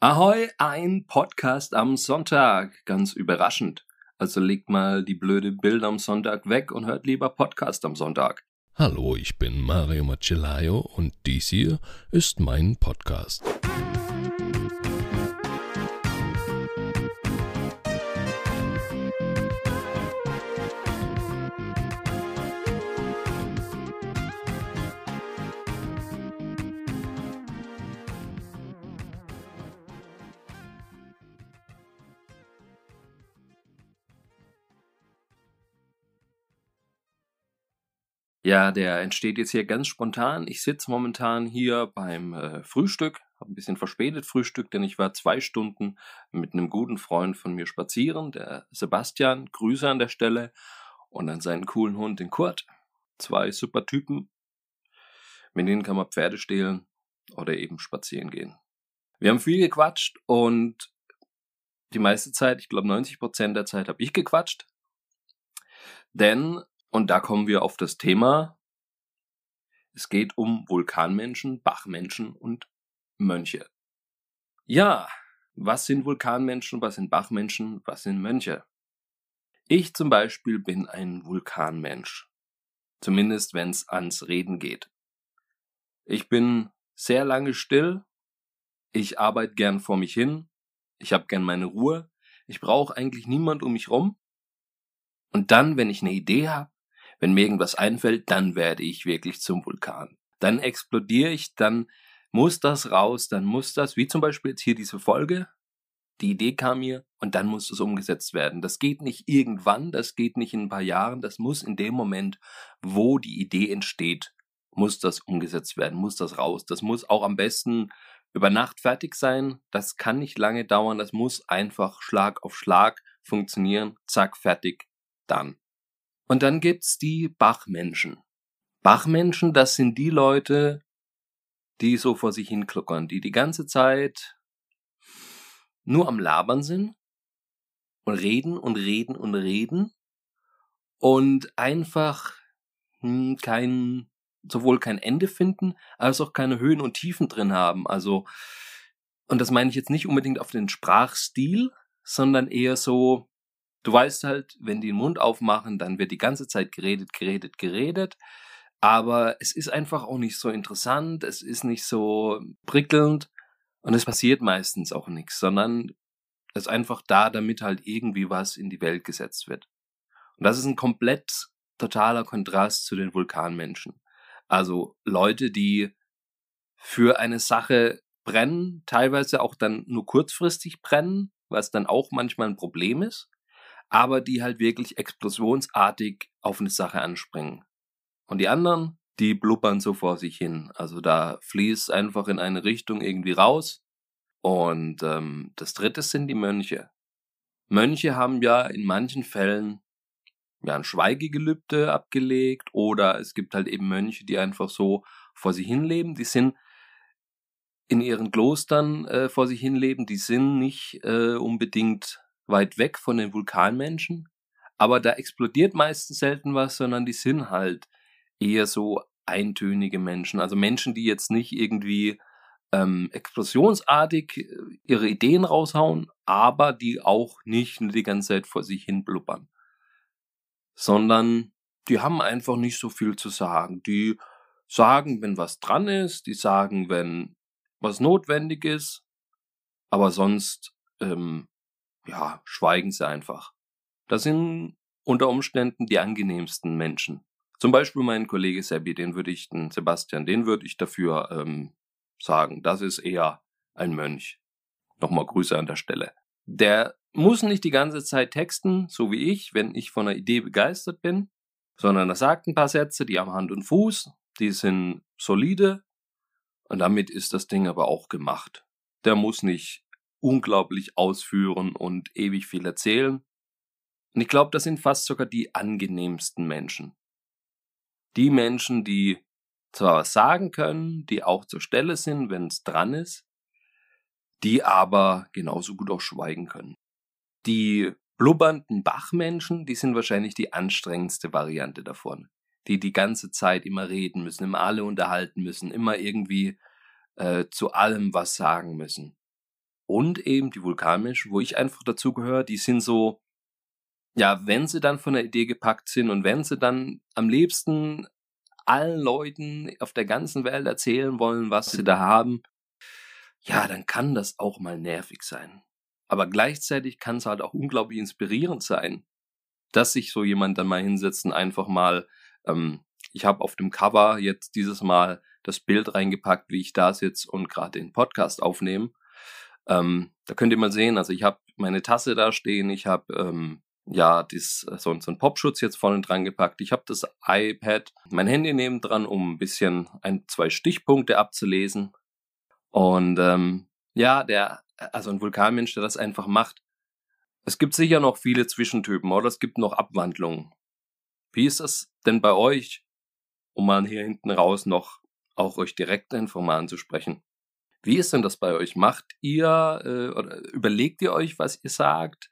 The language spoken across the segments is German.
Ahoi, ein Podcast am Sonntag. Ganz überraschend. Also legt mal die blöde Bild am Sonntag weg und hört lieber Podcast am Sonntag. Hallo, ich bin Mario Macellaio und dies hier ist mein Podcast. Ja, der entsteht jetzt hier ganz spontan. Ich sitze momentan hier beim Frühstück, habe ein bisschen verspätet Frühstück, denn ich war 2 Stunden mit einem guten Freund von mir spazieren, der Sebastian, Grüße an der Stelle, und dann seinen coolen Hund, den Kurt. 2 super Typen, mit denen kann man Pferde stehlen oder eben spazieren gehen. Wir haben viel gequatscht und die meiste Zeit, ich glaube 90% der Zeit, habe ich gequatscht. Denn, und da kommen wir auf das Thema, es geht um Vulkanmenschen, Bachmenschen und Mönche. Ja, was sind Vulkanmenschen, was sind Bachmenschen, was sind Mönche? Ich zum Beispiel bin ein Vulkanmensch. Zumindest wenn es ans Reden geht. Ich bin sehr lange still, ich arbeite gern vor mich hin, ich habe gern meine Ruhe, ich brauche eigentlich niemand um mich rum. Und dann, wenn ich eine Idee habe, wenn mir irgendwas einfällt, dann werde ich wirklich zum Vulkan. Dann explodiere ich, dann muss das raus, dann muss das, wie zum Beispiel jetzt hier diese Folge, die Idee kam mir und dann muss das umgesetzt werden. Das geht nicht irgendwann, das geht nicht in ein paar Jahren, das muss in dem Moment, wo die Idee entsteht, muss das umgesetzt werden, muss das raus. Das muss auch am besten über Nacht fertig sein, das kann nicht lange dauern, das muss einfach Schlag auf Schlag funktionieren, zack, fertig, dann. Und dann gibt's die Bachmenschen. Bachmenschen, das sind die Leute, die so vor sich hin kluckern, die ganze Zeit nur am Labern sind und reden und reden und reden und einfach sowohl kein Ende finden, als auch keine Höhen und Tiefen drin haben. Also, und das meine ich jetzt nicht unbedingt auf den Sprachstil, sondern eher so, du weißt halt, wenn die den Mund aufmachen, dann wird die ganze Zeit geredet. Aber es ist einfach auch nicht so interessant, es ist nicht so prickelnd und es passiert meistens auch nichts, sondern es ist einfach da, damit halt irgendwie was in die Welt gesetzt wird. Und das ist ein komplett totaler Kontrast zu den Vulkanmenschen. Also Leute, die für eine Sache brennen, teilweise auch dann nur kurzfristig brennen, was dann auch manchmal ein Problem ist, aber die halt wirklich explosionsartig auf eine Sache anspringen. Und die anderen, die blubbern so vor sich hin. Also da fließt einfach in eine Richtung irgendwie raus. Und das dritte sind die Mönche. Mönche haben ja in manchen Fällen ja ein Schweigegelübde abgelegt oder es gibt halt eben Mönche, die einfach so vor sich hin leben. Die sind in ihren Klostern vor sich hin leben. Die sind nicht unbedingt weit weg von den Vulkanmenschen. Aber da explodiert meistens selten was, sondern die sind halt eher so eintönige Menschen. Also Menschen, die jetzt nicht irgendwie explosionsartig ihre Ideen raushauen, aber die auch nicht die ganze Zeit vor sich hin blubbern. Sondern die haben einfach nicht so viel zu sagen. Die sagen, wenn was dran ist, die sagen, wenn was notwendig ist, aber sonst schweigen sie einfach. Das sind unter Umständen die angenehmsten Menschen. Zum Beispiel mein Kollege Sebi, den würde ich dafür sagen, das ist eher ein Mönch. Nochmal Grüße an der Stelle. Der muss nicht die ganze Zeit texten, so wie ich, wenn ich von einer Idee begeistert bin, sondern er sagt ein paar Sätze, die haben Hand und Fuß, die sind solide und damit ist das Ding aber auch gemacht. Der muss nicht unglaublich ausführen und ewig viel erzählen. Und ich glaube, das sind fast sogar die angenehmsten Menschen. Die Menschen, die zwar was sagen können, die auch zur Stelle sind, wenn es dran ist, die aber genauso gut auch schweigen können. Die blubbernden Bachmenschen, die sind wahrscheinlich die anstrengendste Variante davon. Die ganze Zeit immer reden müssen, immer alle unterhalten müssen, immer irgendwie zu allem was sagen müssen. und eben die Vulkanmenschen, wo ich einfach dazu gehöre, die sind so, ja, wenn sie dann von der Idee gepackt sind und wenn sie dann am liebsten allen Leuten auf der ganzen Welt erzählen wollen, was sie da haben, ja, dann kann das auch mal nervig sein. Aber gleichzeitig kann es halt auch unglaublich inspirierend sein, dass sich so jemand dann mal hinsetzt und einfach mal, ich habe auf dem Cover jetzt dieses Mal das Bild reingepackt, wie ich da sitze und gerade den Podcast aufnehme. Da könnt ihr mal sehen, also ich habe meine Tasse da stehen, ich habe so einen Popschutz jetzt vorne dran gepackt, ich habe das iPad, mein Handy nebendran, um ein bisschen 2 Stichpunkte abzulesen. Und also ein Vulkanmensch, der das einfach macht. Es gibt sicher noch viele Zwischentypen oder es gibt noch Abwandlungen. Wie ist das denn bei euch, um mal hier hinten raus noch auch euch direkt einfach mal anzusprechen? Wie ist denn das bei euch? Macht ihr oder überlegt ihr euch, was ihr sagt,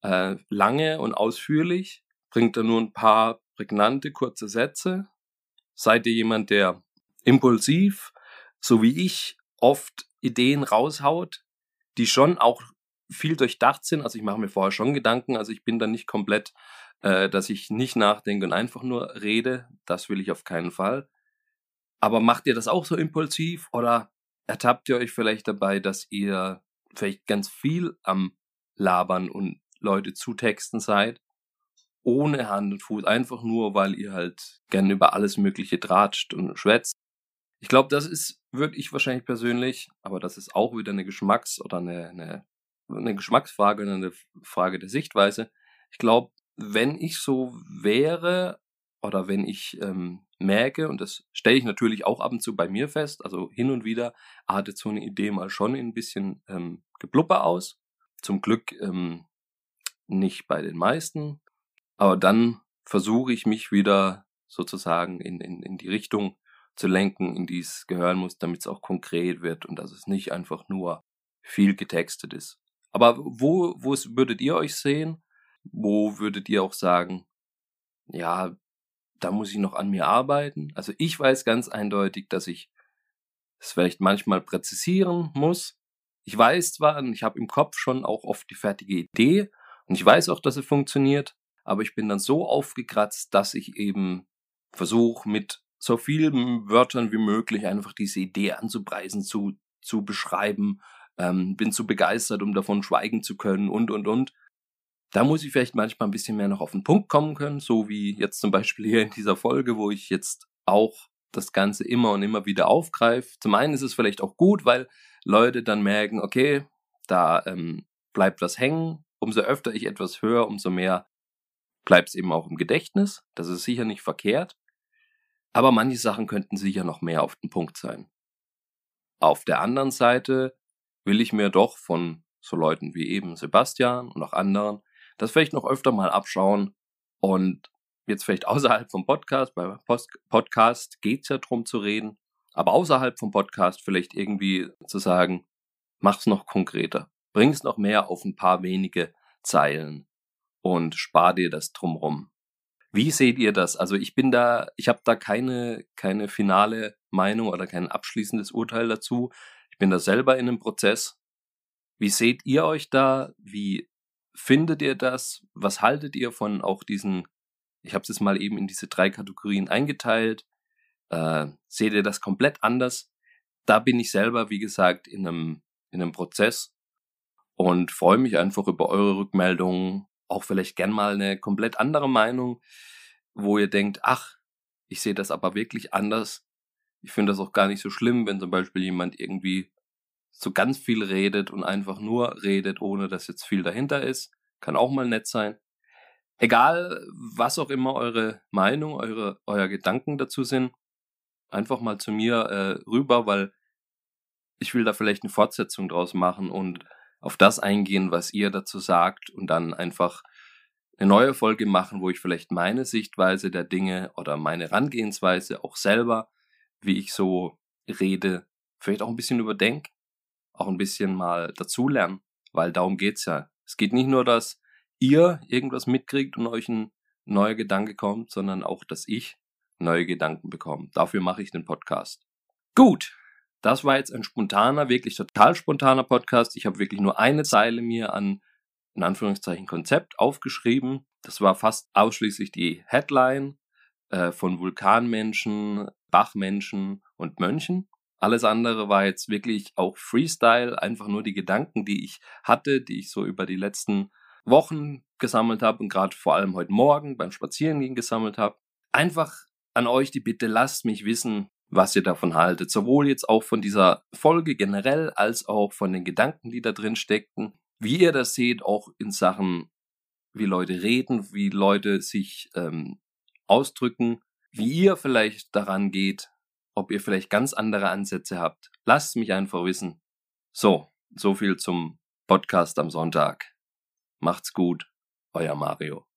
lange und ausführlich? Bringt ihr nur ein paar prägnante, kurze Sätze? Seid ihr jemand, der impulsiv, so wie ich, oft Ideen raushaut, die schon auch viel durchdacht sind? Also ich mache mir vorher schon Gedanken, also ich bin da nicht komplett, dass ich nicht nachdenke und einfach nur rede. Das will ich auf keinen Fall. Aber macht ihr das auch so impulsiv oder ertappt ihr euch vielleicht dabei, dass ihr vielleicht ganz viel am Labern und Leute zutexten seid, ohne Hand und Fuß, einfach nur, weil ihr halt gern über alles Mögliche tratscht und schwätzt? Ich glaube, würde ich wahrscheinlich persönlich, aber das ist auch wieder eine Geschmacks- oder eine Geschmacksfrage und eine Frage der Sichtweise. Ich glaube, wenn ich so wäre oder wenn ich merke, und das stelle ich natürlich auch ab und zu bei mir fest, also hin und wieder artet so eine Idee mal schon ein bisschen Geblubber aus. Zum Glück nicht bei den meisten. Aber dann versuche ich mich wieder sozusagen in die Richtung zu lenken, in die es gehören muss, damit es auch konkret wird und dass es nicht einfach nur viel getextet ist. Aber wo würdet ihr euch sehen? Wo würdet ihr auch sagen, ja, da muss ich noch an mir arbeiten? Also ich weiß ganz eindeutig, dass ich es vielleicht manchmal präzisieren muss. Ich weiß zwar, und ich habe im Kopf schon auch oft die fertige Idee und ich weiß auch, dass sie funktioniert, aber ich bin dann so aufgekratzt, dass ich eben versuche, mit so vielen Wörtern wie möglich einfach diese Idee anzupreisen, zu beschreiben, bin zu begeistert, um davon schweigen zu können und. Da muss ich vielleicht manchmal ein bisschen mehr noch auf den Punkt kommen können, so wie jetzt zum Beispiel hier in dieser Folge, wo ich jetzt auch das Ganze immer und immer wieder aufgreife. Zum einen ist es vielleicht auch gut, weil Leute dann merken, okay, da bleibt was hängen. Umso öfter ich etwas höre, umso mehr bleibt es eben auch im Gedächtnis. Das ist sicher nicht verkehrt. Aber manche Sachen könnten sicher noch mehr auf den Punkt sein. Auf der anderen Seite will ich mir doch von so Leuten wie eben Sebastian und auch anderen das vielleicht noch öfter mal abschauen und jetzt vielleicht außerhalb vom Podcast, bei Podcast geht es ja darum zu reden, aber außerhalb vom Podcast vielleicht irgendwie zu sagen, mach's noch konkreter, bring's noch mehr auf ein paar wenige Zeilen und spar dir das drumrum. Wie seht ihr das? Also ich habe da keine finale Meinung oder kein abschließendes Urteil dazu. Ich bin da selber in einem Prozess. Wie seht ihr euch da? Wie findet ihr das? Was haltet ihr von auch diesen, ich habe es jetzt mal eben in diese 3 Kategorien eingeteilt. Seht ihr das komplett anders? Da bin ich selber, wie gesagt, in einem Prozess und freue mich einfach über eure Rückmeldungen. Auch vielleicht gern mal eine komplett andere Meinung, wo ihr denkt, ach, ich sehe das aber wirklich anders. Ich finde das auch gar nicht so schlimm, wenn zum Beispiel jemand irgendwie so ganz viel redet und einfach nur redet, ohne dass jetzt viel dahinter ist. Kann auch mal nett sein. Egal, was auch immer eure Meinung, euer Gedanken dazu sind, einfach mal zu mir rüber, weil ich will da vielleicht eine Fortsetzung draus machen und auf das eingehen, was ihr dazu sagt und dann einfach eine neue Folge machen, wo ich vielleicht meine Sichtweise der Dinge oder meine Herangehensweise auch selber, wie ich so rede, vielleicht auch ein bisschen überdenke, auch ein bisschen mal dazulernen, weil darum geht's ja. Es geht nicht nur, dass ihr irgendwas mitkriegt und euch ein neuer Gedanke kommt, sondern auch, dass ich neue Gedanken bekomme. Dafür mache ich den Podcast. Gut, Das war jetzt ein spontaner, wirklich total spontaner Podcast. Ich habe wirklich nur eine Zeile mir an, in Anführungszeichen, Konzept aufgeschrieben. Das war fast ausschließlich die Headline von Vulkanmenschen, Bachmenschen und Mönchen. Alles andere war jetzt wirklich auch Freestyle, einfach nur die Gedanken, die ich hatte, die ich so über die letzten Wochen gesammelt habe und gerade vor allem heute Morgen beim Spazierengehen gesammelt habe. Einfach an euch die Bitte, lasst mich wissen, was ihr davon haltet. Sowohl jetzt auch von dieser Folge generell, als auch von den Gedanken, die da drin steckten. Wie ihr das seht, auch in Sachen, wie Leute reden, wie Leute sich ausdrücken, wie ihr vielleicht daran geht, ob ihr vielleicht ganz andere Ansätze habt. Lasst mich einfach wissen. So viel zum Podcast am Sonntag. Macht's gut, euer Mario.